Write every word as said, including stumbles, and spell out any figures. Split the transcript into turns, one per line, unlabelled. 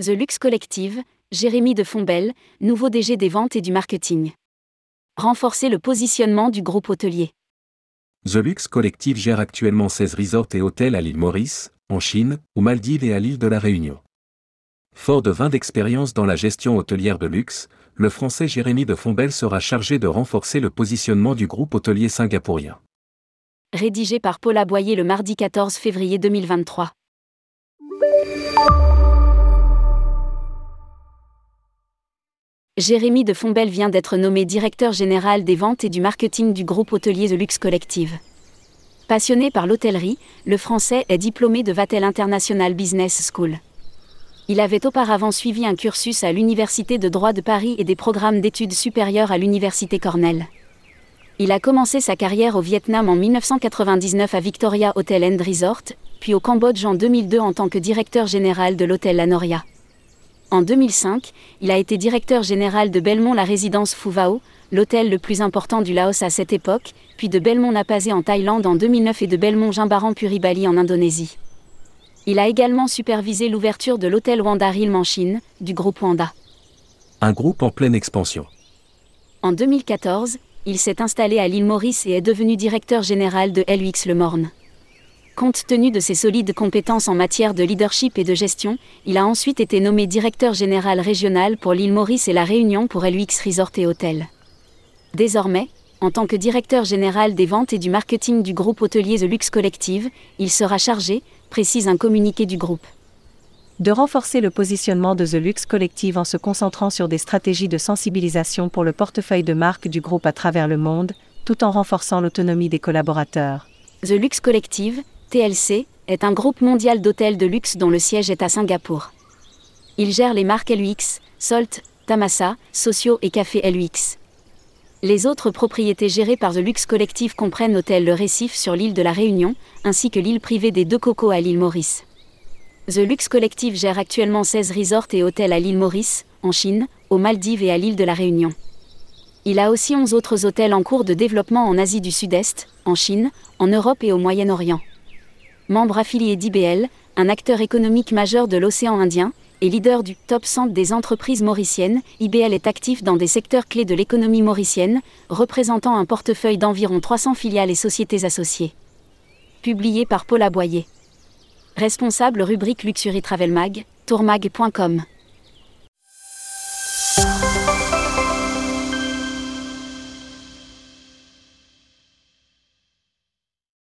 The Luxe Collective, Jérémy de Fombelle, nouveau D G des ventes et du marketing. Renforcer le positionnement du groupe hôtelier.
The Luxe Collective gère actuellement seize resorts et hôtels à l'île Maurice, en Chine, aux Maldives et à l'île de la Réunion. Fort de vingt d'expérience dans la gestion hôtelière de luxe, le Français Jérémy de Fombelle sera chargé de renforcer le positionnement du groupe hôtelier singapourien.
Rédigé par Paula Boyer le mardi quatorze février deux mille vingt-trois. Jérémy de Fombelle vient d'être nommé directeur général des ventes et du marketing du groupe hôtelier The Luxe Collective. Passionné par l'hôtellerie, le Français est diplômé de Vatel International Business School. Il avait auparavant suivi un cursus à l'Université de droit de Paris et des programmes d'études supérieures à l'Université Cornell. Il a commencé sa carrière au Vietnam en dix-neuf cent quatre-vingt-dix-neuf à Victoria Hotel and Resort, puis au Cambodge en deux mille deux en tant que directeur général de l'hôtel La Noria. En deux mille cinq, il a été directeur général de Belmond la résidence Phu Vau, l'hôtel le plus important du Laos à cette époque, puis de Belmond Napasé en Thaïlande en deux mille neuf et de Belmond Jimbaran Puri Bali en Indonésie. Il a également supervisé l'ouverture de l'hôtel Wanda Hilm en Chine, du groupe Wanda.
Un groupe en pleine expansion.
En deux mille quatorze, il s'est installé à l'île Maurice et est devenu directeur général de L U X Le Morne. Compte tenu de ses solides compétences en matière de leadership et de gestion, il a ensuite été nommé directeur général régional pour l'île Maurice et la Réunion pour L U X Resort et Hôtel. Désormais, en tant que directeur général des ventes et du marketing du groupe hôtelier The Luxe Collective, il sera chargé, précise un communiqué du groupe,
de renforcer le positionnement de The Luxe Collective en se concentrant sur des stratégies de sensibilisation pour le portefeuille de marques du groupe à travers le monde, tout en renforçant l'autonomie des collaborateurs.
The Luxe Collective, T L C, est un groupe mondial d'hôtels de luxe dont le siège est à Singapour. Il gère les marques L U X, Salt, Thammasat, Socio et Café L U X. Les autres propriétés gérées par The Luxe Collective comprennent l'hôtel Le Récif sur l'île de la Réunion, ainsi que l'île privée des Deux Cocos à l'île Maurice. The Luxe Collective gère actuellement seize resorts et hôtels à l'île Maurice, en Chine, aux Maldives et à l'île de la Réunion. Il a aussi onze autres hôtels en cours de développement en Asie du Sud-Est, en Chine, en Europe et au Moyen-Orient. Membre affilié d'I B L, un acteur économique majeur de l'océan Indien, et leader du top cent des entreprises mauriciennes, I B L est actif dans des secteurs clés de l'économie mauricienne, représentant un portefeuille d'environ trois cents filiales et sociétés associées. Publié par Paula Boyer. Responsable rubrique Luxury Travel Mag, tourmag point com.